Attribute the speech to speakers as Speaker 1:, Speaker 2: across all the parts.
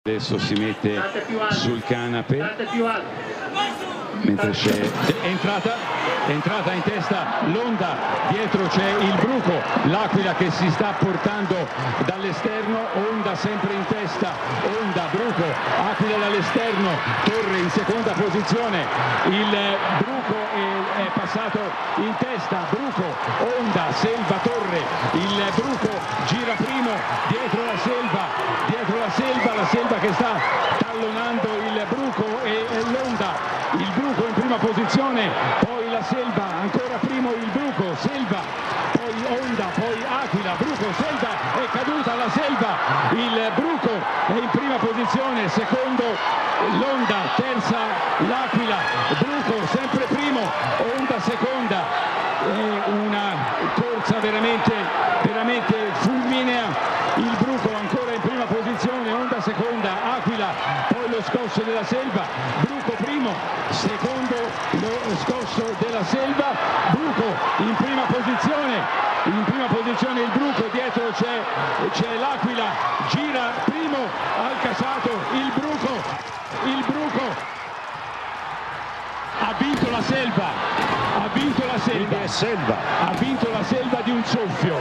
Speaker 1: Adesso si mette sul canapé mentre c'è entrata in testa l'Onda, dietro c'è il Bruco, l'Aquila che si sta portando dall'esterno, Onda sempre in testa, Onda, Bruco, Aquila dall'esterno, Torre in seconda posizione, il Bruco è passato in testa, Bruco, Onda, Selva, Torre, il Bruco gira primo, dietro la Selva che sta tallonando il Bruco e l'Onda, il Bruco in prima posizione, poi la Selva, ancora primo il Bruco, Selva, poi Onda, poi Aquila, Bruco, Selva, è caduta la Selva, il Bruco è in prima posizione, secondo l'Onda, terza l'Aquila, Bruco sempre primo, Onda seconda, è una corsa veramente fulminea, il Bruco ancora in prima posizione, Onda seconda, Aquila, poi lo scosso della Selva, Bruco primo, secondo lo scosso della Selva, Bruco in prima posizione il Bruco, dietro c'è l'Aquila, gira primo al Casato, il Bruco ha vinto la Selva, ha vinto la Selva di un soffio,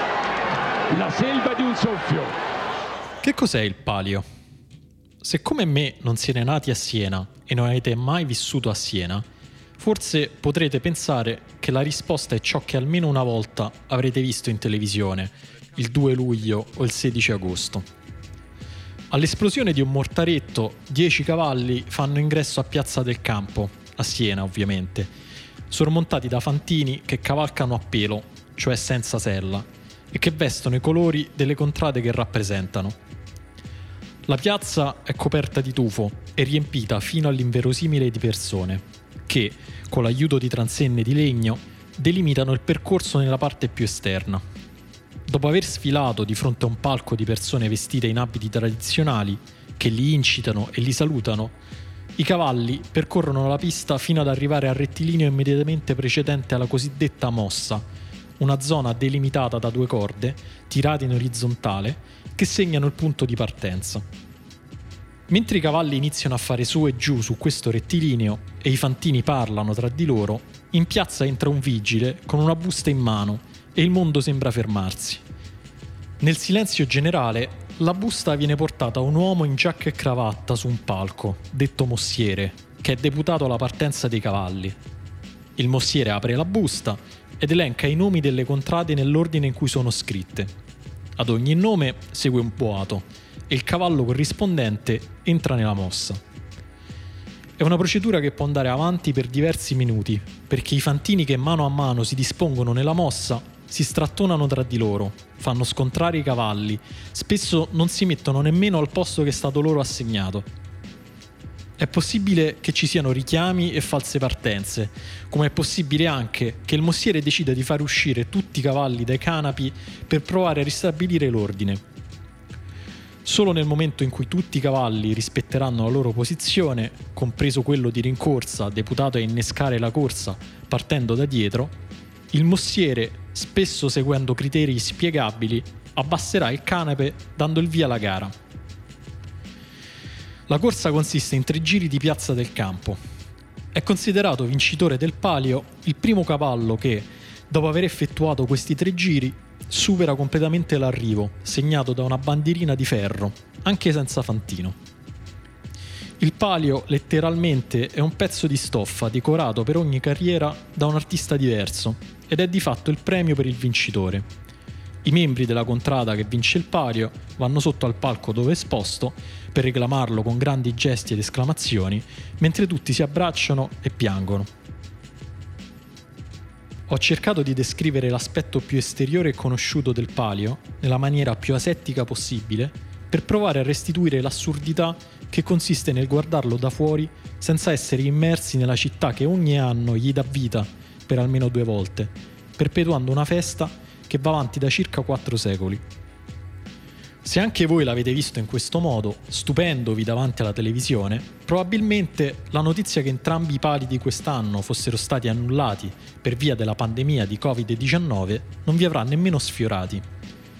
Speaker 1: la Selva di un soffio.
Speaker 2: Che cos'è il Palio? Se come me non siete nati a Siena e non avete mai vissuto a Siena, forse potrete pensare che la risposta è ciò che almeno una volta avrete visto in televisione, il 2 luglio o il 16 agosto. All'esplosione di un mortaretto, 10 cavalli fanno ingresso a Piazza del Campo, a Siena ovviamente, sormontati da fantini che cavalcano a pelo, cioè senza sella, e che vestono i colori delle contrade che rappresentano. La piazza è coperta di tufo e riempita fino all'inverosimile di persone, che, con l'aiuto di transenne di legno, delimitano il percorso nella parte più esterna. Dopo aver sfilato di fronte a un palco di persone vestite in abiti tradizionali, che li incitano e li salutano, i cavalli percorrono la pista fino ad arrivare al rettilineo immediatamente precedente alla cosiddetta mossa, una zona delimitata da 2 corde, tirate in orizzontale, che segnano il punto di partenza. Mentre i cavalli iniziano a fare su e giù su questo rettilineo e i fantini parlano tra di loro, in piazza entra un vigile con una busta in mano e il mondo sembra fermarsi. Nel silenzio generale, la busta viene portata a un uomo in giacca e cravatta su un palco, detto mossiere, che è deputato alla partenza dei cavalli. Il mossiere apre la busta ed elenca i nomi delle contrade nell'ordine in cui sono scritte. Ad ogni nome segue un boato e il cavallo corrispondente entra nella mossa. È una procedura che può andare avanti per diversi minuti, perché i fantini che mano a mano si dispongono nella mossa si strattonano tra di loro, fanno scontrare i cavalli, spesso non si mettono nemmeno al posto che è stato loro assegnato. È possibile che ci siano richiami e false partenze, come è possibile anche che il mossiere decida di far uscire tutti i cavalli dai canapi per provare a ristabilire l'ordine. Solo nel momento in cui tutti i cavalli rispetteranno la loro posizione, compreso quello di rincorsa deputato a innescare la corsa partendo da dietro, il mossiere, spesso seguendo criteri spiegabili, abbasserà il canape dando il via alla gara. La corsa consiste in 3 giri di Piazza del Campo. È considerato vincitore del Palio il primo cavallo che, dopo aver effettuato questi 3 giri, supera completamente l'arrivo, segnato da una bandierina di ferro, anche senza fantino. Il Palio, letteralmente, è un pezzo di stoffa decorato per ogni carriera da un artista diverso ed è di fatto il premio per il vincitore. I membri della contrada che vince il Palio vanno sotto al palco dove è esposto per reclamarlo con grandi gesti ed esclamazioni, mentre tutti si abbracciano e piangono. Ho cercato di descrivere l'aspetto più esteriore e conosciuto del Palio nella maniera più asettica possibile per provare a restituire l'assurdità che consiste nel guardarlo da fuori senza essere immersi nella città che ogni anno gli dà vita per almeno 2 volte, perpetuando una festa che va avanti da circa 4 secoli. Se anche voi l'avete visto in questo modo, stupendovi davanti alla televisione, probabilmente la notizia che entrambi i pali di quest'anno fossero stati annullati per via della pandemia di Covid-19 non vi avrà nemmeno sfiorati.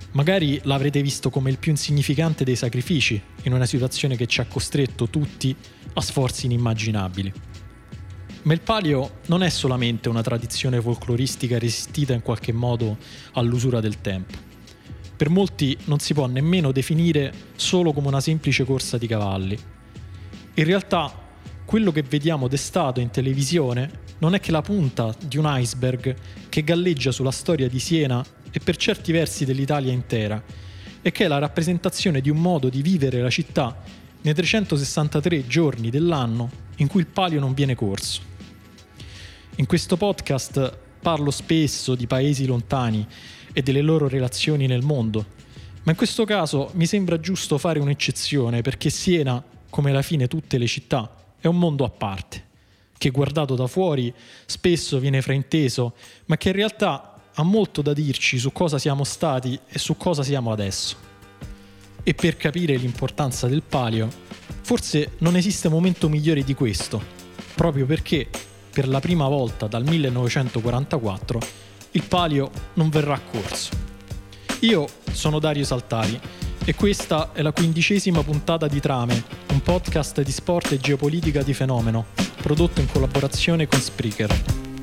Speaker 2: Magari l'avrete visto come il più insignificante dei sacrifici, in una situazione che ci ha costretto tutti a sforzi inimmaginabili. Ma il palio non è solamente una tradizione folcloristica resistita in qualche modo all'usura del tempo. Per molti non si può nemmeno definire solo come una semplice corsa di cavalli. In realtà, quello che vediamo d'estate in televisione non è che la punta di un iceberg che galleggia sulla storia di Siena e per certi versi dell'Italia intera, e che è la rappresentazione di un modo di vivere la città nei 363 giorni dell'anno in cui il palio non viene corso. In questo podcast parlo spesso di paesi lontani e delle loro relazioni nel mondo, ma in questo caso mi sembra giusto fare un'eccezione, perché Siena, come alla fine tutte le città, è un mondo a parte, che guardato da fuori spesso viene frainteso, ma che in realtà ha molto da dirci su cosa siamo stati e su cosa siamo adesso. E per capire l'importanza del palio, forse non esiste momento migliore di questo, proprio perché per la prima volta dal 1944 il palio non verrà corso. Io sono Dario Saltari e questa è la 15ª puntata di Trame, un podcast di sport e geopolitica di Fenomeno, prodotto in collaborazione con Spreaker.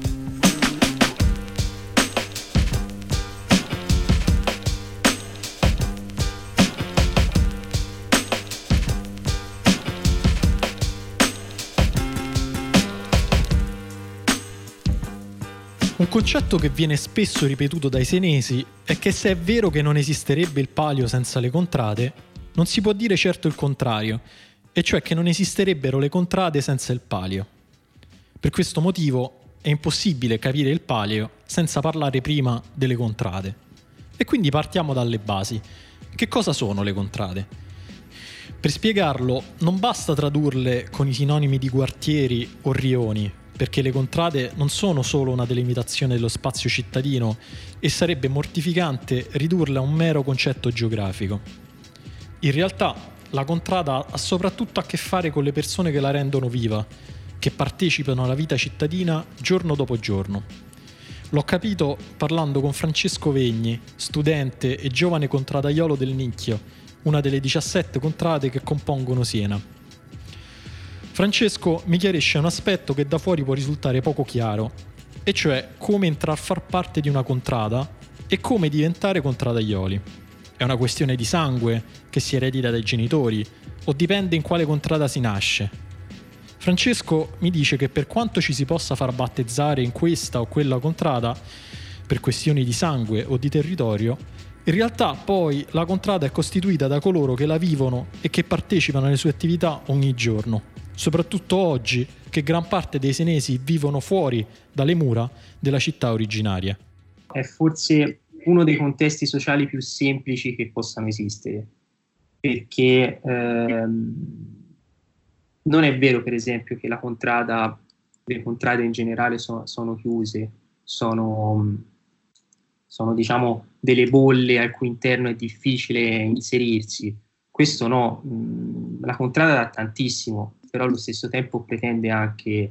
Speaker 2: Un concetto che viene spesso ripetuto dai senesi è che se è vero che non esisterebbe il palio senza le contrade, non si può dire certo il contrario, e cioè che non esisterebbero le contrade senza il palio. Per questo motivo è impossibile capire il palio senza parlare prima delle contrade. E quindi partiamo dalle basi. Che cosa sono le contrade? Per spiegarlo non basta tradurle con i sinonimi di quartieri o rioni, perché le contrade non sono solo una delimitazione dello spazio cittadino e sarebbe mortificante ridurle a un mero concetto geografico. In realtà la contrada ha soprattutto a che fare con le persone che la rendono viva, che partecipano alla vita cittadina giorno dopo giorno. L'ho capito parlando con Francesco Vegni, studente e giovane contradaiolo del Nicchio, una delle 17 contrade che compongono Siena. Francesco mi chiarisce un aspetto che da fuori può risultare poco chiaro, e cioè come entrare a far parte di una contrada e come diventare contradaioli. È una questione di sangue che si eredita dai genitori o dipende in quale contrada si nasce? Francesco mi dice che per quanto ci si possa far battezzare in questa o quella contrada per questioni di sangue o di territorio, in realtà poi la contrada è costituita da coloro che la vivono e che partecipano alle sue attività ogni giorno. Soprattutto oggi che gran parte dei senesi vivono fuori dalle mura della città originaria.
Speaker 3: È forse uno dei contesti sociali più semplici che possano esistere, perché non è vero, per esempio, che le contrade in generale sono chiuse, sono diciamo delle bolle al cui interno è difficile inserirsi. Questo no, la contrada dà tantissimo, però allo stesso tempo pretende anche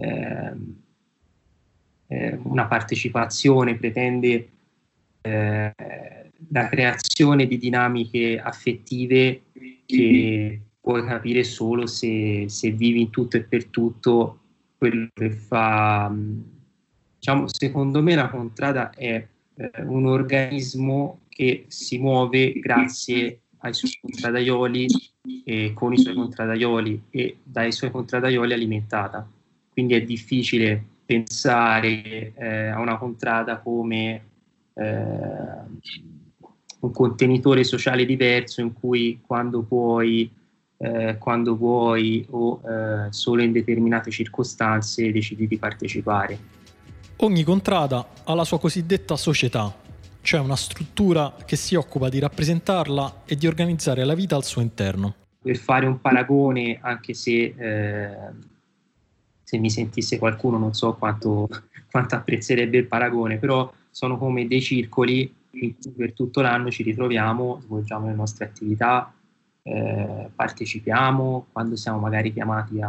Speaker 3: una partecipazione, pretende la creazione di dinamiche affettive che puoi capire solo se vivi in tutto e per tutto quello che fa. Diciamo, secondo me la contrada è un organismo che si muove grazie ai suoi contradaioli e con i suoi contradaioli e dai suoi contradaioli alimentata. Quindi è difficile pensare a una contrada come un contenitore sociale diverso in cui quando vuoi o solo in determinate circostanze decidi di partecipare.
Speaker 2: Ogni contrada ha la sua cosiddetta società, cioè una struttura che si occupa di rappresentarla e di organizzare la vita al suo interno.
Speaker 3: Per fare un paragone, anche se mi sentisse qualcuno non so quanto apprezzerebbe il paragone, però sono come dei circoli in cui per tutto l'anno ci ritroviamo, svolgiamo le nostre attività, partecipiamo, quando siamo magari chiamati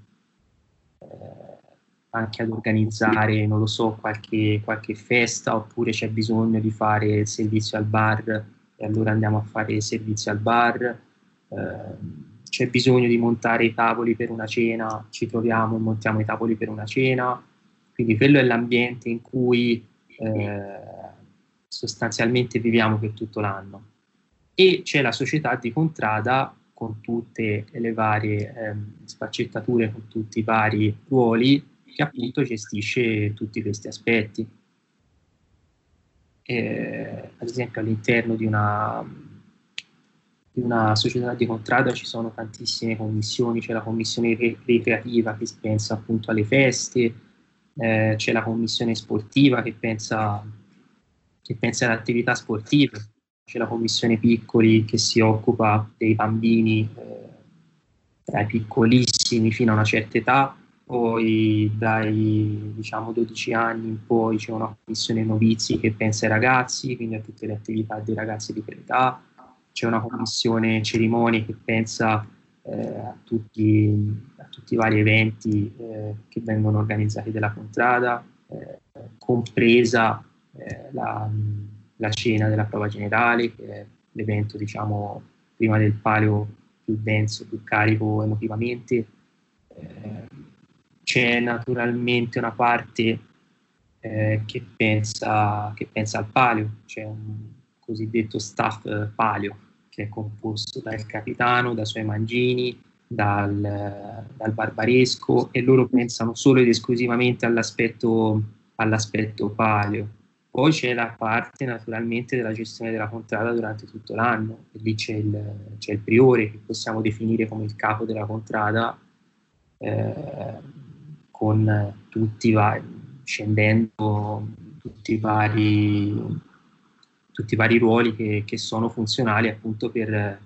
Speaker 3: anche ad organizzare, non lo so, qualche festa, oppure c'è bisogno di fare il servizio al bar, e allora andiamo a fare servizi al bar. C'è bisogno di montare i tavoli per una cena, ci troviamo e montiamo i tavoli per una cena, quindi quello è l'ambiente in cui sostanzialmente viviamo per tutto l'anno. E c'è la società di Contrada con tutte le varie sfaccettature, con tutti i vari ruoli, che appunto gestisce tutti questi aspetti. Ad esempio all'interno di una società di Contrada ci sono tantissime commissioni, c'è la commissione ricreativa che pensa appunto alle feste, c'è la commissione sportiva che pensa alle attività sportive, c'è la commissione piccoli che si occupa dei bambini dai piccolissimi fino a una certa età, poi dai 12 anni in poi c'è una commissione novizi che pensa ai ragazzi, quindi a tutte le attività dei ragazzi di quell'età, c'è una commissione cerimonie che pensa a tutti i vari eventi che vengono organizzati dalla Contrada, compresa la cena della prova generale, che è l'evento prima del palio più denso, più carico emotivamente. C'è naturalmente una parte che pensa al palio, c'è un cosiddetto staff palio che è composto dal capitano, dai suoi mangini, dal barbaresco, e loro pensano solo ed esclusivamente all'aspetto palio. Poi c'è la parte naturalmente della gestione della contrada durante tutto l'anno, e lì c'è il priore, che possiamo definire come il capo della contrada, con tutti i vari, scendendo tutti i vari ruoli che sono funzionali appunto per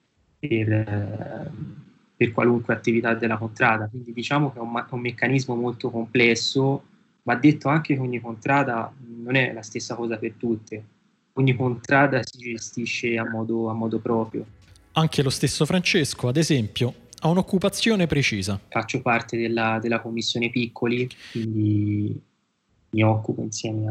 Speaker 3: qualunque attività della contrada. Quindi diciamo che è un meccanismo molto complesso. Va detto anche che ogni contrada non è la stessa cosa per tutte, ogni contrada si gestisce a modo proprio.
Speaker 2: Anche lo stesso Francesco, ad esempio, ha un'occupazione precisa.
Speaker 3: Faccio parte della commissione piccoli, quindi mi occupo insieme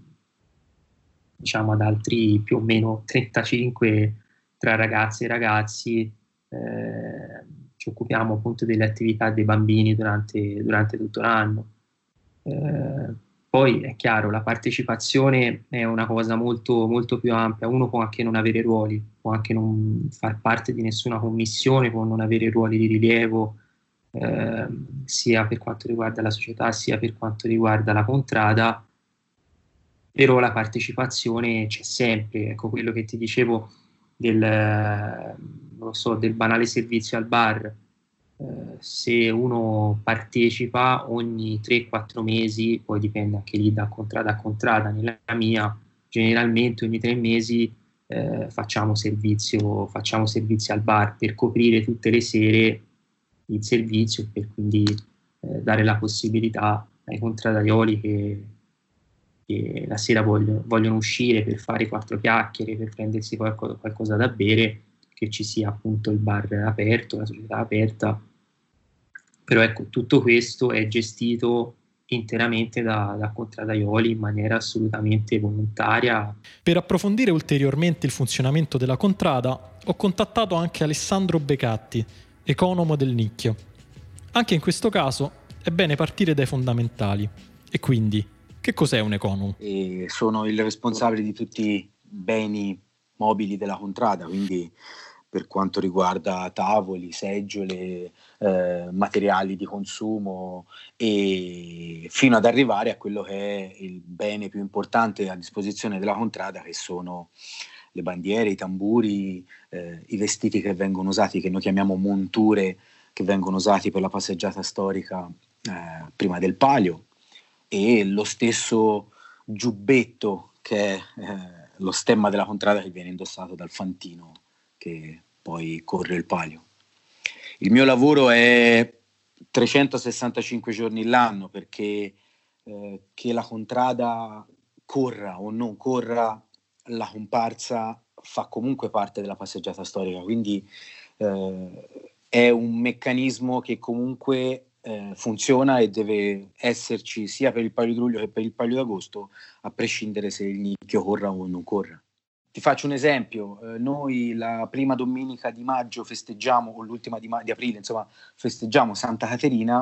Speaker 3: ad altri più o meno 35 tra ragazze e ragazzi. Ci occupiamo appunto delle attività dei bambini durante tutto l'anno. Poi è chiaro, la partecipazione è una cosa molto, molto più ampia. Uno può anche non avere ruoli, può anche non far parte di nessuna commissione, può non avere ruoli di rilievo, sia per quanto riguarda la società sia per quanto riguarda la contrada, però la partecipazione c'è sempre. Ecco, quello che ti dicevo del banale servizio al bar. Se uno partecipa ogni 3-4 mesi, poi dipende anche lì da contrada a contrada, nella mia generalmente ogni 3 mesi facciamo servizi al bar per coprire tutte le sere il servizio, per quindi dare la possibilità ai contradaioli che la sera vogliono uscire per fare 4 chiacchiere, per prendersi qualcosa da bere, che ci sia appunto il bar aperto, la società aperta. Però ecco, tutto questo è gestito interamente da contradaioli in maniera assolutamente volontaria.
Speaker 2: Per approfondire ulteriormente il funzionamento della contrada, ho contattato anche Alessandro Becatti, economo del nicchio. Anche in questo caso è bene partire dai fondamentali. E quindi, che cos'è un economo?
Speaker 4: Sono il responsabile di tutti i beni mobili della contrada, quindi per quanto riguarda tavoli, seggiole, materiali di consumo, e fino ad arrivare a quello che è il bene più importante a disposizione della contrada, che sono le bandiere, i tamburi, i vestiti che vengono usati, che noi chiamiamo monture, che vengono usati per la passeggiata storica prima del palio, e lo stesso giubbetto che è lo stemma della contrada, che viene indossato dal fantino che poi corre il palio. Il mio lavoro è 365 giorni l'anno, perché che la contrada corra o non corra, la comparsa fa comunque parte della passeggiata storica, quindi è un meccanismo che comunque funziona e deve esserci sia per il Palio di Luglio che per il Palio d'Agosto, a prescindere se il nicchio corra o non corra. Ti faccio un esempio, noi la prima domenica di maggio festeggiamo, o l'ultima di aprile, insomma, festeggiamo Santa Caterina,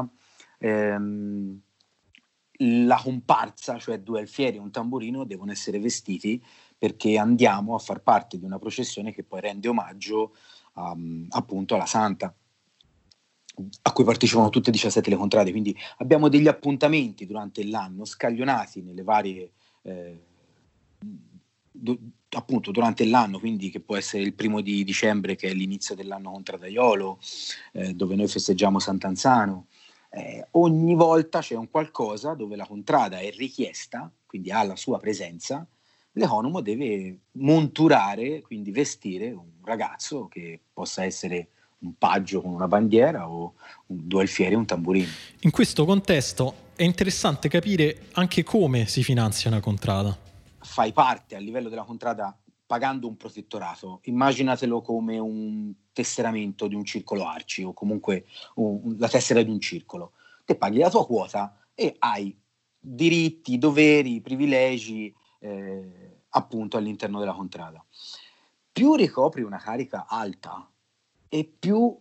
Speaker 4: la comparsa, cioè 2 alfieri e un tamburino, devono essere vestiti perché andiamo a far parte di una processione che poi rende omaggio appunto alla Santa, a cui partecipano tutte e 17 le contrade, quindi abbiamo degli appuntamenti durante l'anno scaglionati nelle varie appunto durante l'anno, quindi che può essere il 1° dicembre, che è l'inizio dell'anno contradaiolo, dove noi festeggiamo Sant'Anzano. Ogni volta c'è un qualcosa dove la contrada è richiesta, quindi ha la sua presenza, l'economo deve monturare, quindi vestire un ragazzo che possa essere un paggio con una bandiera o 2 alfieri e un tamburino.
Speaker 2: In questo contesto è interessante capire anche come si finanzia una contrada.
Speaker 4: Fai parte a livello della contrada pagando un protettorato, immaginatelo come un tesseramento di un circolo Arci o comunque la tessera di un circolo. Te paghi la tua quota e hai diritti, doveri, privilegi appunto all'interno della contrada. Più ricopri una carica alta e più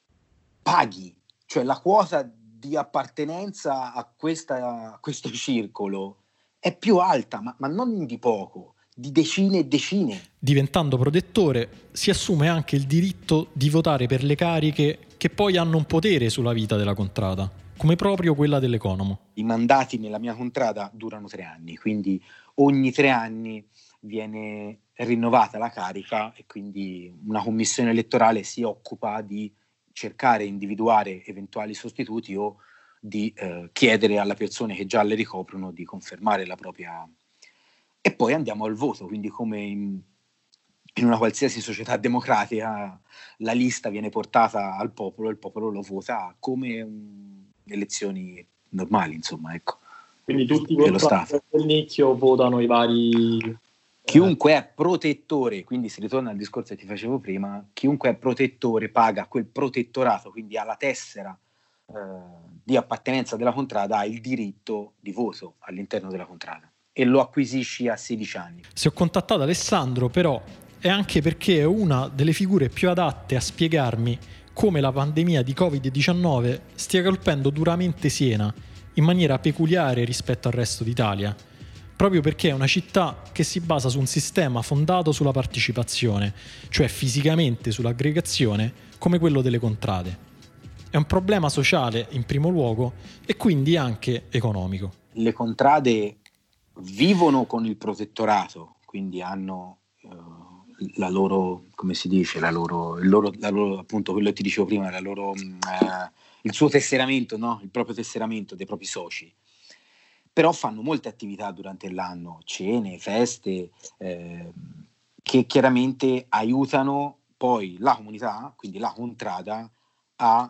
Speaker 4: paghi, cioè la quota di appartenenza a questo circolo è più alta, ma non di poco, di decine e decine.
Speaker 2: Diventando protettore si assume anche il diritto di votare per le cariche che poi hanno un potere sulla vita della contrada, come proprio quella dell'economo.
Speaker 4: I mandati nella mia contrada durano 3 anni, quindi ogni 3 anni viene rinnovata la carica e quindi una commissione elettorale si occupa di cercare e individuare eventuali sostituti o di chiedere alle persone che già le ricoprono di confermare la propria. E poi andiamo al voto, quindi come in una qualsiasi società democratica la lista viene portata al popolo e il popolo lo vota come elezioni normali, insomma, ecco.
Speaker 5: Quindi tutti i votanti all'inizio votano i vari.
Speaker 4: Chiunque è protettore, quindi si ritorna al discorso che ti facevo prima, chiunque è protettore paga quel protettorato, quindi ha la tessera di appartenenza della contrada, ha il diritto di voto all'interno della contrada e lo acquisisci a 16 anni.
Speaker 2: Se ho contattato Alessandro, però, è anche perché è una delle figure più adatte a spiegarmi come la pandemia di Covid-19 stia colpendo duramente Siena, in maniera peculiare rispetto al resto d'Italia, proprio perché è una città che si basa su un sistema fondato sulla partecipazione, cioè fisicamente sull'aggregazione, come quello delle contrade. È un problema sociale in primo luogo e quindi anche economico.
Speaker 4: Le contrade vivono con il protettorato, quindi hanno la loro, come si dice, la loro appunto quello che ti dicevo prima, il suo tesseramento, no? Il proprio tesseramento dei propri soci. Però fanno molte attività durante l'anno, cene, feste, che chiaramente aiutano poi la comunità, quindi la contrada, a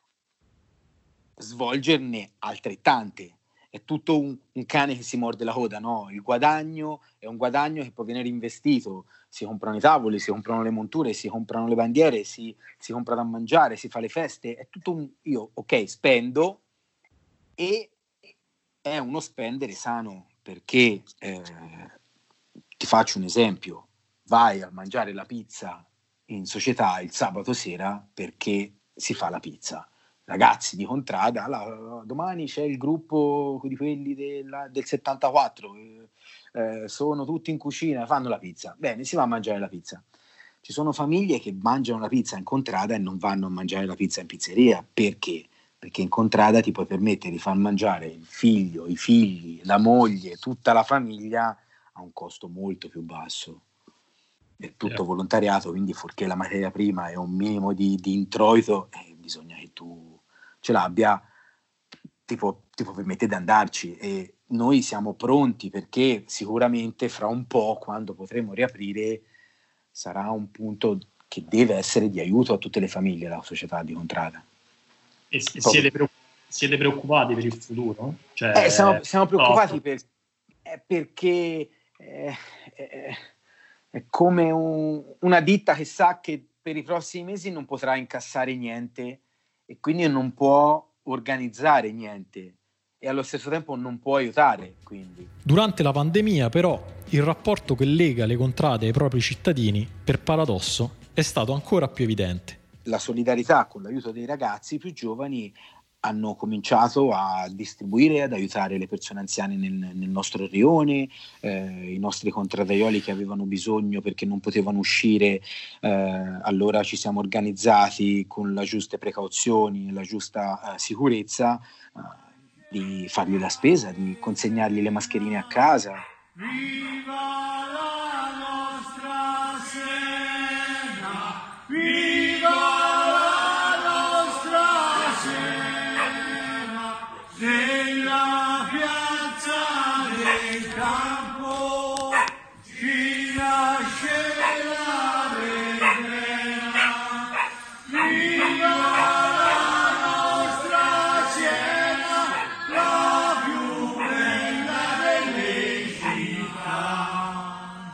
Speaker 4: svolgerne altrettante. È tutto un cane che si morde la coda, no? Il guadagno è un guadagno che poi viene reinvestito, si comprano i tavoli, si comprano le monture, si comprano le bandiere, si compra da mangiare, si fa le feste, è tutto io, ok, spendo e è uno spendere sano, perché ti faccio un esempio, vai a mangiare la pizza in società il sabato sera perché si fa la pizza. Ragazzi di contrada, domani c'è il gruppo di quelli del 74, sono tutti in cucina, fanno la pizza. Bene, si va a mangiare la pizza. Ci sono famiglie che mangiano la pizza in contrada e non vanno a mangiare la pizza in pizzeria. Perché? Perché in contrada ti puoi permettere di far mangiare il figlio, i figli, la moglie, tutta la famiglia a un costo molto più basso. È tutto volontariato, quindi fuorché la materia prima e un minimo di introito, bisogna che tu ce l'abbia, ti può permettere di andarci, e noi siamo pronti perché sicuramente fra un po', quando potremo riaprire, sarà un punto che deve essere di aiuto a tutte le famiglie, la società di contrada.
Speaker 5: E siete preoccupati per il futuro? Cioè,
Speaker 4: siamo preoccupati perché è come una ditta che sa che per i prossimi mesi non potrà incassare niente e quindi non può organizzare niente, e allo stesso tempo non può aiutare. Quindi
Speaker 2: Durante la pandemia, però, il rapporto che lega le contrade ai propri cittadini, per paradosso, è stato ancora più evidente.
Speaker 4: la solidarietà con l'aiuto dei ragazzi più giovani hanno cominciato a distribuire, ad aiutare le persone anziane nel nostro rione, i nostri contradaioli che avevano bisogno perché non potevano uscire, allora ci siamo organizzati con le giuste precauzioni e la giusta sicurezza, di fargli la spesa, di consegnargli le mascherine a casa.
Speaker 6: Viva la nostra Siena! Viva la nostra Siena! Nella piazza del campo ci nasce la verbena. Viva la nostra Siena, la più bella delle città.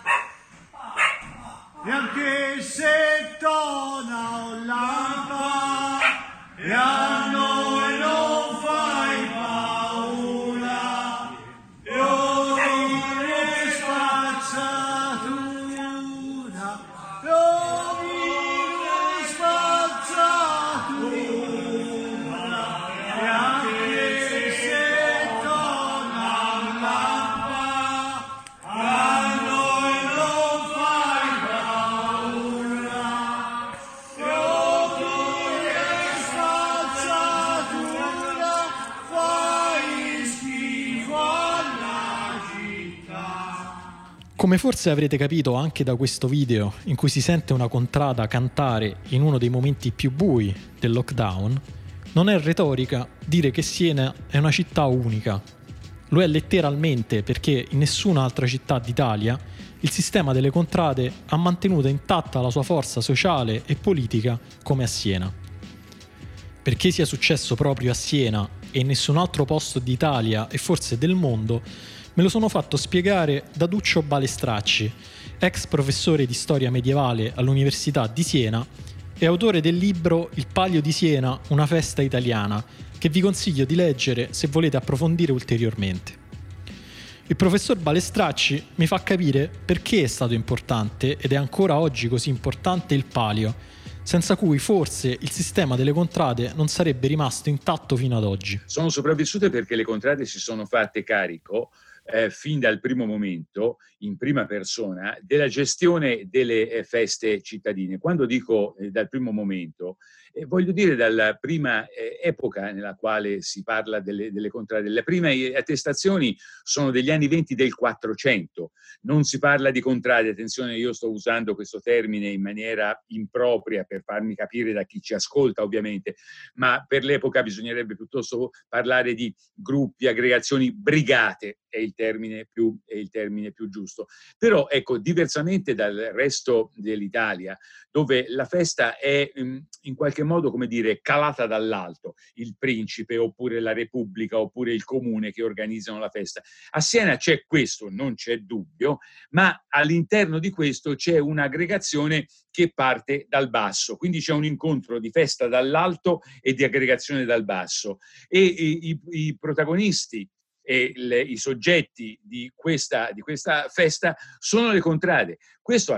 Speaker 6: E anche se tona o lampa, e a noi non fai paura, e ogni spazzatura, e ogni spazzatura, e anche se tona o lampa, a noi non fai paura, e ogni spazzatura fai schifo alla città.
Speaker 2: Come forse avrete capito anche da questo video, in cui si sente una contrada cantare in uno dei momenti più bui del lockdown, non è retorica dire che Siena è una città unica. Lo è letteralmente, perché in nessuna altra città d'Italia il sistema delle contrade ha mantenuto intatta la sua forza sociale e politica come a Siena. Perché sia successo proprio a Siena e in nessun altro posto d'Italia e forse del mondo, me lo sono fatto spiegare da Duccio Balestracci, ex professore di storia medievale all'Università di Siena e autore del libro Il Palio di Siena, una festa italiana, che vi consiglio di leggere se volete approfondire ulteriormente. Il professor Balestracci mi fa capire perché è stato importante ed è ancora oggi così importante il Palio, senza cui forse il sistema delle contrade non sarebbe rimasto intatto fino ad oggi.
Speaker 7: Sono sopravvissute perché le contrade si sono fatte carico fin dal primo momento, in prima persona, della gestione delle feste cittadine. Quando dico dal primo momento, voglio dire dalla prima epoca nella quale si parla delle contrade. Le prime attestazioni sono degli anni 20 del 400. Non si parla di contrade, attenzione, io sto usando questo termine in maniera impropria per farmi capire da chi ci ascolta, ovviamente, ma per l'epoca bisognerebbe piuttosto parlare di gruppi, aggregazioni, brigate, è il termine più giusto. Però, ecco, diversamente dal resto dell'Italia, dove la festa è in qualche modo, come dire, calata dall'alto, il principe oppure la repubblica oppure il comune che organizzano la festa. A Siena c'è questo, non c'è dubbio, ma all'interno di questo c'è un'aggregazione che parte dal basso, quindi c'è un incontro di festa dall'alto e di aggregazione dal basso, e i protagonisti e i soggetti di questa festa sono le contrade. Questo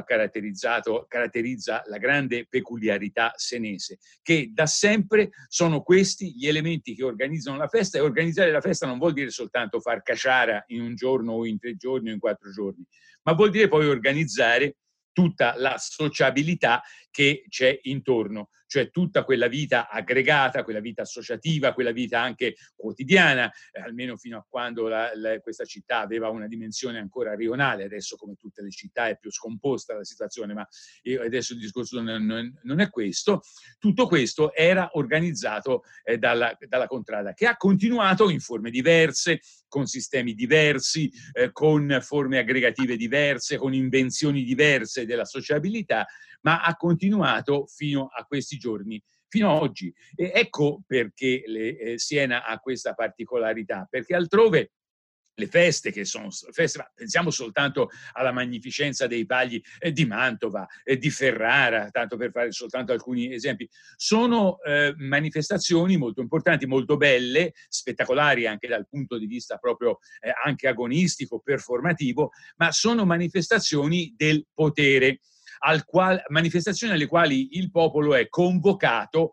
Speaker 7: caratterizza la grande peculiarità senese, che da sempre sono questi gli elementi che organizzano la festa, e organizzare la festa non vuol dire soltanto far caciara in un giorno o in 3 giorni o in 4 giorni, ma vuol dire poi organizzare tutta la sociabilità che c'è intorno, cioè tutta quella vita aggregata, quella vita associativa, quella vita anche quotidiana, almeno fino a quando questa città aveva una dimensione ancora rionale. Adesso, come tutte le città, è più scomposta la situazione, ma adesso il discorso non è questo. Tutto questo era organizzato dalla contrada, che ha continuato in forme diverse, con sistemi diversi, con forme aggregative diverse, con invenzioni diverse della sociabilità, ma ha continuato fino a questi giorni, fino ad oggi. E ecco perché Siena ha questa particolarità, perché altrove le feste, che sono feste, ma pensiamo soltanto alla magnificenza dei pagli di Mantova, di Ferrara, tanto per fare soltanto alcuni esempi. Sono manifestazioni molto importanti, molto belle, spettacolari anche dal punto di vista proprio anche agonistico, performativo, ma sono manifestazioni del potere, manifestazioni alle quali il popolo è convocato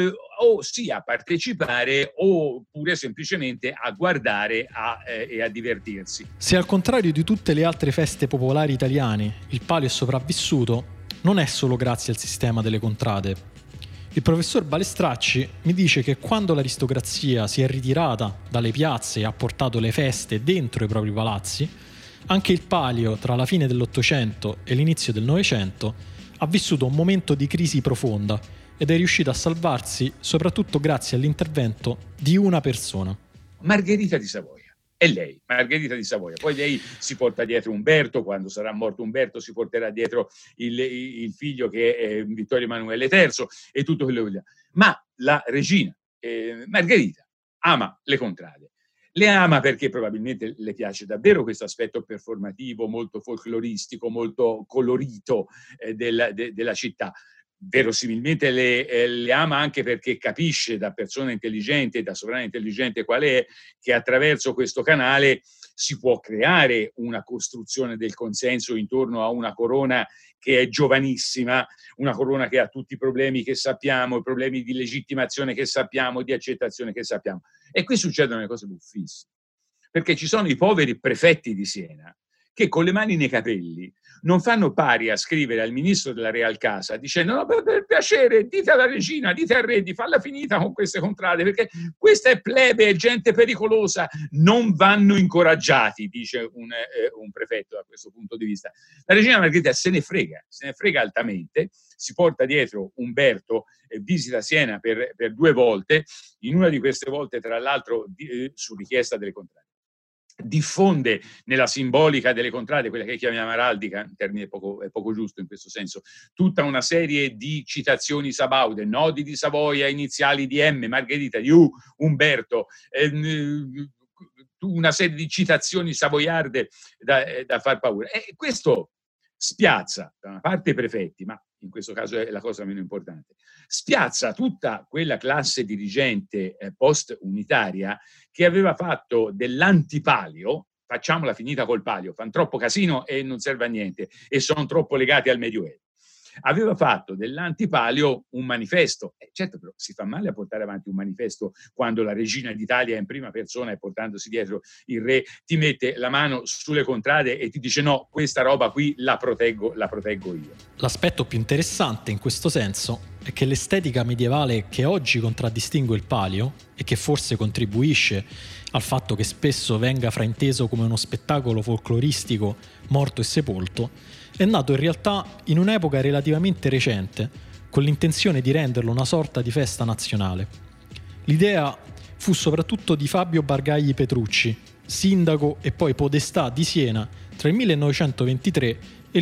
Speaker 7: o sia a partecipare oppure semplicemente a guardare e a divertirsi.
Speaker 2: Se al contrario di tutte le altre feste popolari italiane il Palio è sopravvissuto, non è solo grazie al sistema delle contrade. Il professor Balestracci mi dice che quando l'aristocrazia si è ritirata dalle piazze e ha portato le feste dentro i propri palazzi, anche il Palio tra la fine dell'Ottocento e l'inizio del Novecento ha vissuto un momento di crisi profonda ed è riuscito a salvarsi soprattutto grazie all'intervento di una persona.
Speaker 7: Margherita di Savoia. È lei, Margherita di Savoia. Poi lei si porta dietro Umberto, quando sarà morto Umberto si porterà dietro il figlio che è Vittorio Emanuele III e tutto quello che vogliamo. Ma la regina, Margherita, ama le contrade. Le ama perché probabilmente le piace davvero questo aspetto performativo, molto folcloristico, molto colorito della città. Verosimilmente le ama anche perché capisce, da persona intelligente, da sovrana intelligente quale è, che attraverso questo canale si può creare una costruzione del consenso intorno a una corona che è giovanissima, una corona che ha tutti i problemi che sappiamo, i problemi di legittimazione che sappiamo, di accettazione che sappiamo. E qui succedono le cose buffissime, perché ci sono i poveri prefetti di Siena che con le mani nei capelli non fanno pari a scrivere al ministro della Real Casa dicendo no, per piacere, dite alla regina, dite al re di farla finita con queste contrade, perché questa è plebe, è gente pericolosa, non vanno incoraggiati, dice un prefetto da questo punto di vista. La regina Margherita se ne frega altamente, si porta dietro Umberto, visita Siena per 2 volte, in una di queste volte tra l'altro su richiesta delle contrade. Diffonde nella simbolica delle contrade, quella che chiamiamo araldica, in termini è poco giusto in questo senso, tutta una serie di citazioni sabaude, nodi di Savoia, iniziali di M, Margherita di U, Umberto, una serie di citazioni savoiarde da far paura. E questo spiazza da una parte i prefetti, ma in questo caso è la cosa meno importante, spiazza tutta quella classe dirigente post-unitaria che aveva fatto dell'antipalio, facciamola finita col palio, fanno troppo casino e non serve a niente e sono troppo legati al Medioevo. Aveva fatto dell'antipalio un manifesto. Certo, però si fa male a portare avanti un manifesto quando la regina d'Italia è in prima persona e portandosi dietro il re ti mette la mano sulle contrade e ti dice no, questa roba qui la proteggo io.
Speaker 2: L'aspetto più interessante in questo senso è che l'estetica medievale che oggi contraddistingue il Palio e che forse contribuisce al fatto che spesso venga frainteso come uno spettacolo folcloristico morto e sepolto, è nato in realtà in un'epoca relativamente recente, con l'intenzione di renderlo una sorta di festa nazionale. L'idea fu soprattutto di Fabio Bargagli Petrucci, sindaco e poi podestà di Siena tra il 1923 e il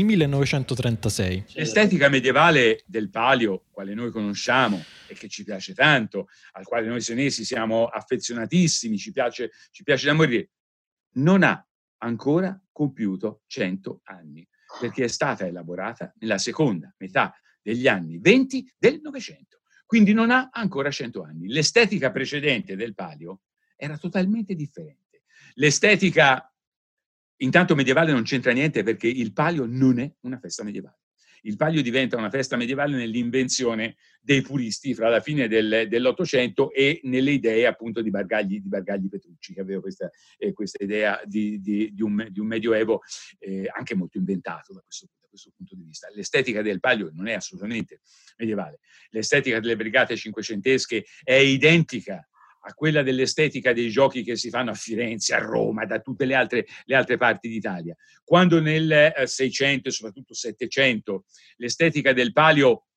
Speaker 2: 1936.
Speaker 7: L'estetica medievale del Palio, quale noi conosciamo e che ci piace tanto, al quale noi senesi siamo affezionatissimi, ci piace da morire, non ha ancora compiuto 100 anni, perché è stata elaborata nella seconda metà degli anni 20 del Novecento. Quindi non ha ancora 100 anni. L'estetica precedente del Palio era totalmente differente. L'estetica, intanto medievale, non c'entra niente perché il Palio non è una festa medievale. Il Palio diventa una festa medievale nell'invenzione dei puristi fra la fine dell'Ottocento e nelle idee appunto di Bargagli Petrucci, che aveva questa idea di un Medioevo anche molto inventato da questo punto di vista. L'estetica del Palio non è assolutamente medievale. L'estetica delle brigate cinquecentesche è identica a quella dell'estetica dei giochi che si fanno a Firenze, a Roma, da tutte le altre parti d'Italia. Quando nel 600 e soprattutto 700 l'estetica del Palio,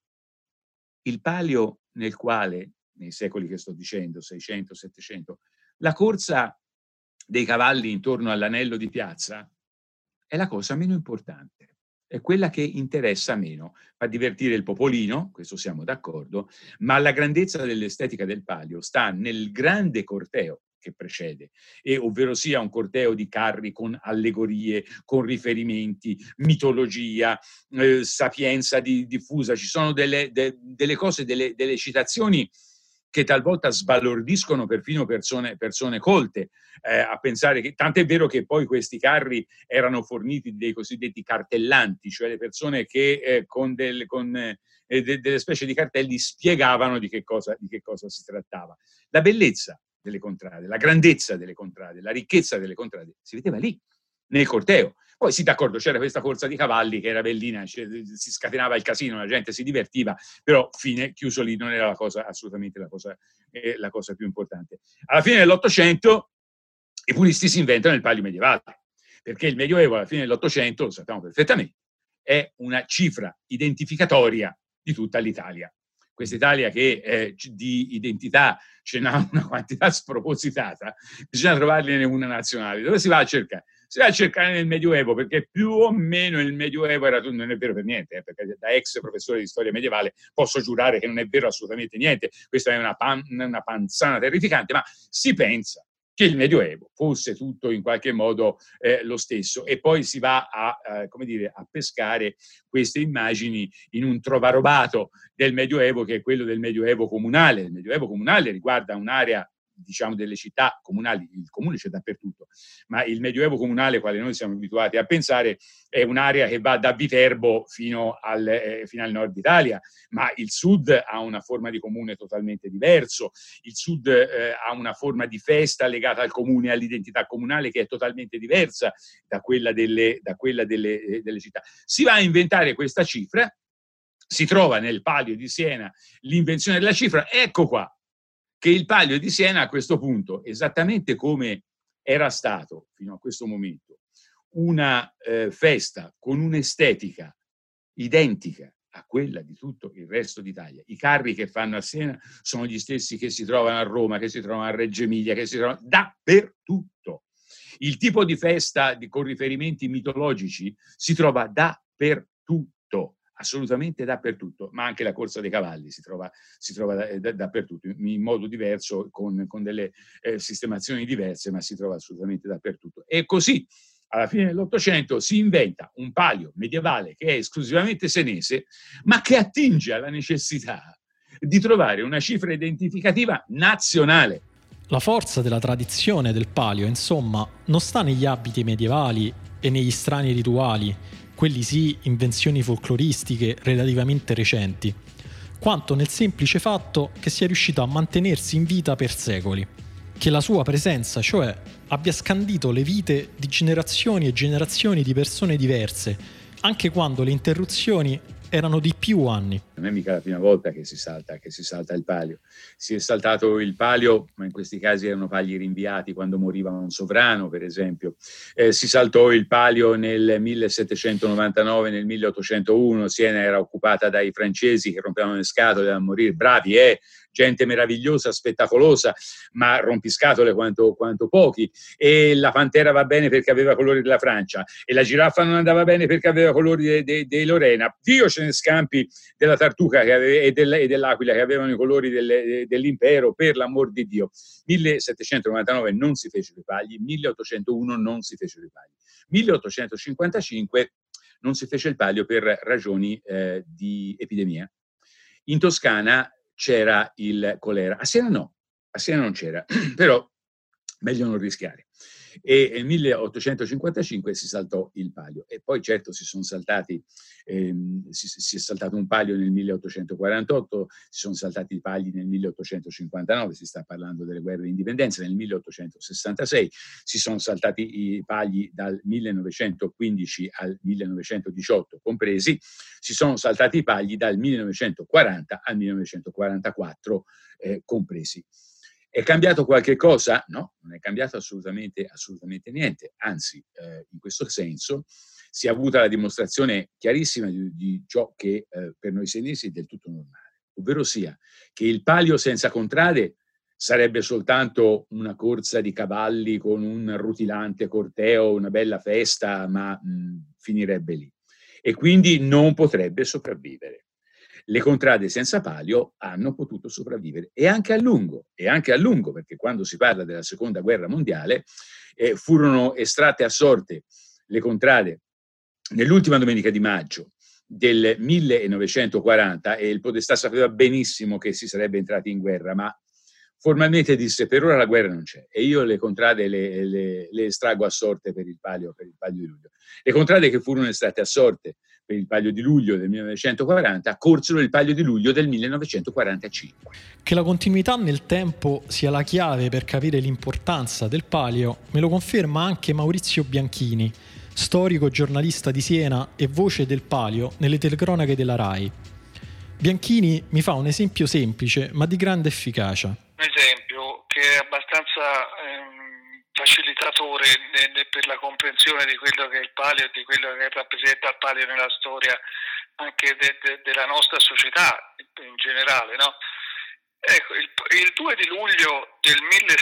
Speaker 7: il Palio nel quale, nei secoli che sto dicendo, 600, 700, la corsa dei cavalli intorno all'anello di piazza è la cosa meno importante. È quella che interessa meno, fa divertire il popolino, questo siamo d'accordo, ma la grandezza dell'estetica del Palio sta nel grande corteo che precede, e ovvero sia un corteo di carri con allegorie, con riferimenti, mitologia, sapienza diffusa. Ci sono delle cose, delle citazioni che talvolta sbalordiscono perfino persone colte, a pensare che, tant'è vero che poi questi carri erano forniti dei cosiddetti cartellanti, cioè le persone che con delle specie di cartelli spiegavano di che cosa si trattava. La bellezza delle contrade, la grandezza delle contrade, la ricchezza delle contrade si vedeva lì, nel corteo. Poi sì, d'accordo, c'era questa corsa di cavalli che era bellina, si scatenava il casino, la gente si divertiva, però fine, chiuso lì, non era la cosa, assolutamente la cosa più importante. Alla fine dell'Ottocento i puristi si inventano il palio medievale, perché il Medioevo alla fine dell'Ottocento, lo sappiamo perfettamente, è una cifra identificatoria di tutta l'Italia. Questa Italia che di identità ce n'ha una quantità spropositata, bisogna trovarne una nazionale. Dove si va a cercare? Si va a cercare nel Medioevo, perché più o meno il Medioevo era tutto, non è vero per niente, perché da ex professore di storia medievale posso giurare che non è vero assolutamente niente, questa è una panzana terrificante, ma si pensa che il Medioevo fosse tutto in qualche modo lo stesso, e poi si va a pescare queste immagini in un trovarobato del Medioevo, che è quello del Medioevo comunale. Il Medioevo comunale riguarda un'area, diciamo, delle città comunali. Il comune c'è dappertutto, ma il Medioevo comunale, quale noi siamo abituati a pensare, è un'area che va da Viterbo fino al nord Italia, ma il sud ha una forma di comune totalmente diverso, il sud ha una forma di festa legata al comune, all'identità comunale, che è totalmente diversa da quella delle città. Si va a inventare questa cifra, si trova nel Palio di Siena l'invenzione della cifra, ecco qua che il Palio di Siena a questo punto, esattamente come era stato fino a questo momento, una festa con un'estetica identica a quella di tutto il resto d'Italia. I carri che fanno a Siena sono gli stessi che si trovano a Roma, che si trovano a Reggio Emilia, che si trovano dappertutto. Il tipo di festa con riferimenti mitologici si trova dappertutto, assolutamente dappertutto, ma anche la corsa dei cavalli si trova dappertutto, in modo diverso, con delle sistemazioni diverse, ma si trova assolutamente dappertutto. E così, alla fine dell'Ottocento, si inventa un palio medievale che è esclusivamente senese, ma che attinge alla necessità di trovare una cifra identificativa nazionale.
Speaker 2: La forza della tradizione del palio, insomma, non sta negli abiti medievali e negli strani rituali, quelli sì invenzioni folcloristiche relativamente recenti, quanto nel semplice fatto che sia riuscito a mantenersi in vita per secoli, che la sua presenza, cioè, abbia scandito le vite di generazioni e generazioni di persone diverse, anche quando le interruzioni erano di più anni.
Speaker 7: Non è mica la prima volta che si salta il palio. Si è saltato il palio, ma in questi casi erano pali rinviati quando moriva un sovrano, per esempio. Si saltò il palio nel 1799, nel 1801, Siena era occupata dai francesi che rompevano le scatole a morire, bravi, gente meravigliosa, spettacolosa, ma rompiscatole quanto pochi. E la pantera va bene perché aveva colori della Francia, e la giraffa non andava bene perché aveva colori dei Lorena. Dio ce ne scampi della tartuca e dell'aquila, che avevano i colori dell'impero, per l'amor di Dio. 1799 non si fecero i pagli, 1801 non si fecero i pagli, 1855 non si fece il palio per ragioni di epidemia. In Toscana c'era il colera, a Siena non c'era, però meglio non rischiare. E nel 1855 si saltò il palio, e poi certo si è saltato un palio nel 1848, si sono saltati i pali nel 1859, si sta parlando delle guerre di indipendenza, nel 1866 si sono saltati i pali dal 1915 al 1918 compresi, si sono saltati i pali dal 1940 al 1944 compresi. È cambiato qualche cosa? No, non è cambiato assolutamente niente, anzi in questo senso si è avuta la dimostrazione chiarissima di ciò che per noi senesi è del tutto normale, ovvero sia che il palio senza contrade sarebbe soltanto una corsa di cavalli con un rutilante corteo, una bella festa, ma finirebbe lì, e quindi non potrebbe sopravvivere. le contrade senza palio hanno potuto sopravvivere, e anche a lungo, perché quando si parla della seconda guerra mondiale furono estratte a sorte le contrade nell'ultima domenica di maggio del 1940, e il podestà sapeva benissimo che si sarebbe entrati in guerra, ma formalmente disse: per ora la guerra non c'è, e io le contrade le estraggo a sorte per il palio di luglio. Le contrade che furono estratte a sorte per il palio di luglio del 1940 corsero il palio di luglio del 1945.
Speaker 2: Che la continuità nel tempo sia la chiave per capire l'importanza del palio me lo conferma anche Maurizio Bianchini, storico giornalista di Siena e voce del palio nelle telecronache della RAI. Bianchini mi fa un esempio semplice ma di grande efficacia.
Speaker 8: Un esempio che è abbastanza facilitatore per la comprensione di quello che è il palio e di quello che rappresenta il palio nella storia anche della nostra società in generale, no? Ecco, il 2 di luglio del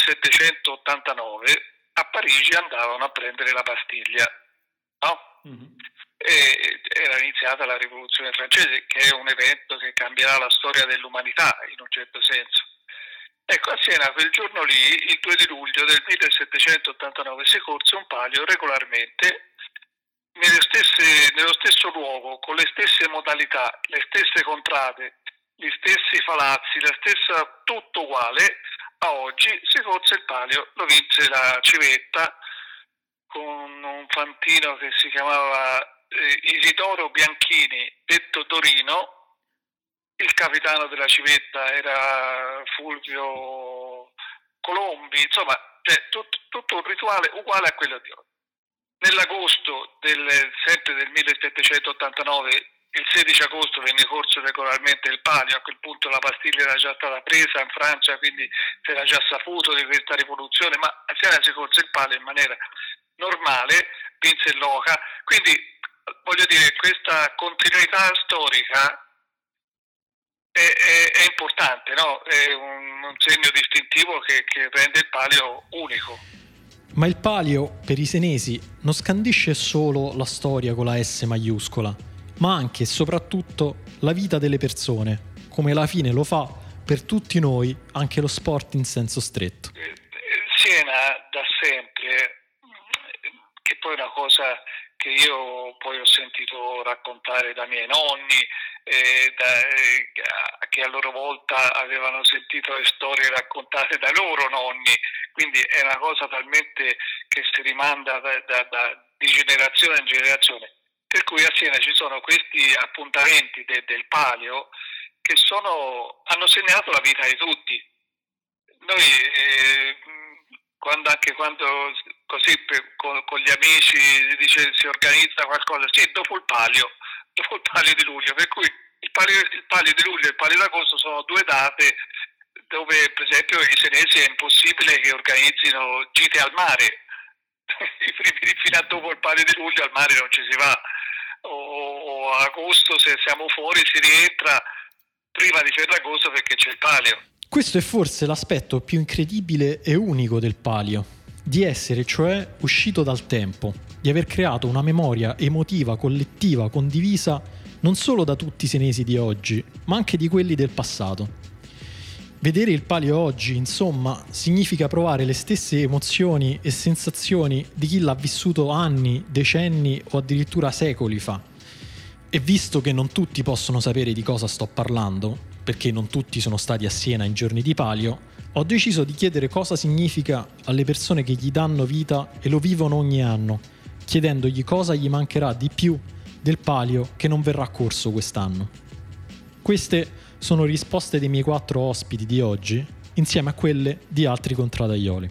Speaker 8: 1789 a Parigi andavano a prendere la Bastiglia, no? Mm-hmm. E era iniziata la rivoluzione francese, che è un evento che cambierà la storia dell'umanità in un certo senso. Ecco, a Siena quel giorno lì, il 2 di luglio del 1789, si corse un palio regolarmente nello stesso luogo, con le stesse modalità, le stesse contrade, gli stessi palazzi, la stessa, tutto uguale. A oggi si corse il palio, lo vinse la Civetta con un fantino che si chiamava Isidoro Bianchini, detto Dorino. Il capitano della Civetta era Fulvio Colombi, insomma, tutto un rituale uguale a quello di oggi. Nell'agosto sempre del 1789, il 16 agosto venne corso regolarmente il palio. A quel punto la Bastiglia era già stata presa in Francia, quindi si era già saputo di questa rivoluzione, ma a Siena si corse il palio in maniera normale, vinse il Loca. Quindi, voglio dire, questa continuità storica è importante, no? È un segno distintivo che rende il palio unico.
Speaker 2: Ma il palio, per i senesi, non scandisce solo la storia con la S maiuscola, ma anche e soprattutto la vita delle persone, come alla fine lo fa per tutti noi anche lo sport in senso stretto.
Speaker 8: Siena da sempre, che poi è una cosa che io poi ho sentito raccontare da miei nonni, che a loro volta avevano sentito le storie raccontate dai loro nonni, quindi è una cosa talmente che si rimanda di generazione in generazione, per cui a Siena ci sono questi appuntamenti del palio che hanno segnato la vita di tutti. Noi quando così con gli amici si organizza qualcosa, sì, dopo il palio di luglio, per cui il palio di luglio e il palio d'agosto sono due date dove per esempio i senesi è impossibile che organizzino gite al mare. Fino a dopo il palio di luglio al mare non ci si va, o a agosto se siamo fuori si rientra prima di Ferragosto perché c'è il palio.
Speaker 2: Questo è forse l'aspetto più incredibile e unico del palio, di essere cioè uscito dal tempo, di aver creato una memoria emotiva collettiva condivisa non solo da tutti i senesi di oggi, ma anche di quelli del passato. Vedere il palio oggi, insomma, significa provare le stesse emozioni e sensazioni di chi l'ha vissuto anni, decenni o addirittura secoli fa. E visto che non tutti possono sapere di cosa sto parlando, perché non tutti sono stati a Siena in giorni di palio, ho deciso di chiedere cosa significa alle persone che gli danno vita e lo vivono ogni anno, chiedendogli cosa gli mancherà di più del palio che non verrà corso quest'anno. Queste sono risposte dei miei 4 ospiti di oggi, insieme a quelle di altri contradaioli.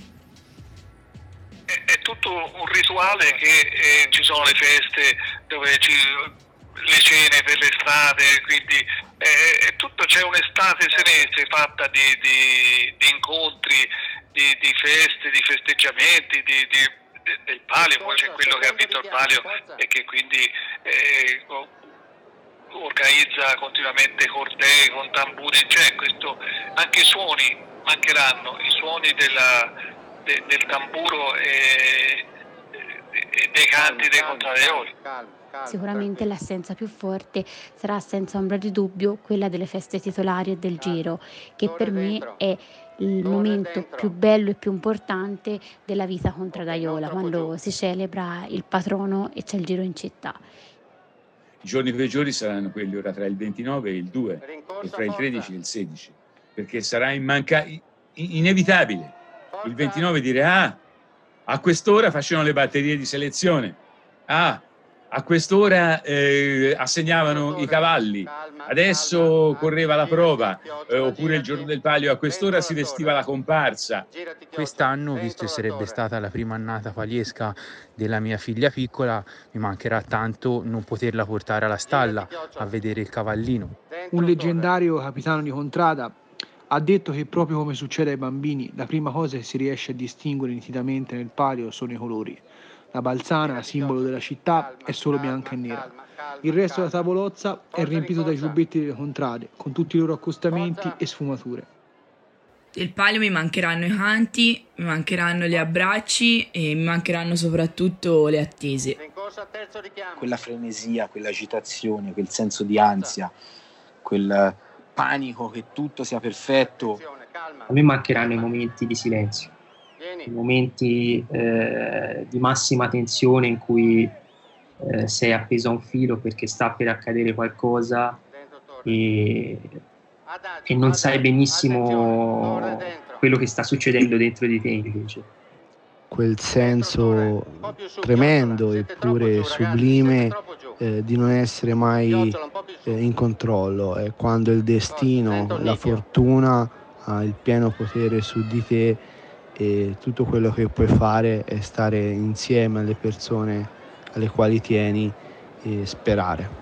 Speaker 8: È tutto un rituale che ci sono le feste dove le cene per le strade, quindi è tutto, c'è un'estate senese fatta di incontri, di feste, di festeggiamenti, del palio. Poi c'è quello che ha vinto il palio e che quindi organizza continuamente cortei con tamburi, cioè questo, anche i suoni mancheranno, i suoni del tamburo e dei canti dei contradaioli.
Speaker 9: Sicuramente l'assenza più forte sarà senza ombra di dubbio quella delle feste titolari e del Giro, che per me è il momento più bello e più importante della vita contradaiola, quando si celebra il patrono e c'è il Giro in città.
Speaker 7: I giorni peggiori saranno quelli ora tra il 29 e il 2 e tra il 13 e il 16, perché sarà inevitabile il 29 dire a quest'ora facevano le batterie di selezione, a quest'ora assegnavano i cavalli, adesso correva la prova, oppure il giorno del Palio a quest'ora si vestiva la comparsa.
Speaker 10: Quest'anno, visto che sarebbe stata la prima annata paliesca della mia figlia piccola, mi mancherà tanto non poterla portare alla stalla a vedere il cavallino.
Speaker 11: Un leggendario capitano di contrada ha detto che proprio come succede ai bambini, la prima cosa che si riesce a distinguere nitidamente nel palio sono i colori. La balzana, simbolo della città, è solo bianca e nera. Il resto della tavolozza è riempito dai giubbetti delle contrade, con tutti i loro accostamenti e sfumature.
Speaker 12: Del palio mi mancheranno i canti, mi mancheranno gli abbracci e mi mancheranno soprattutto le attese.
Speaker 4: Quella frenesia, quell'agitazione, quel senso di ansia, quel panico che tutto sia perfetto.
Speaker 3: A me mancheranno i momenti di silenzio, i momenti di massima tensione in cui sei appeso a un filo perché sta per accadere qualcosa e non sai benissimo quello che sta succedendo dentro di te invece.
Speaker 13: Quel senso tremendo eppure sublime di non essere mai in controllo, è quando il destino, la fortuna ha il pieno potere su di te e tutto quello che puoi fare è stare insieme alle persone alle quali tieni e sperare.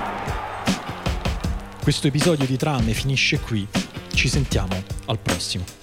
Speaker 2: Questo episodio di Trame finisce qui. Ci sentiamo al prossimo.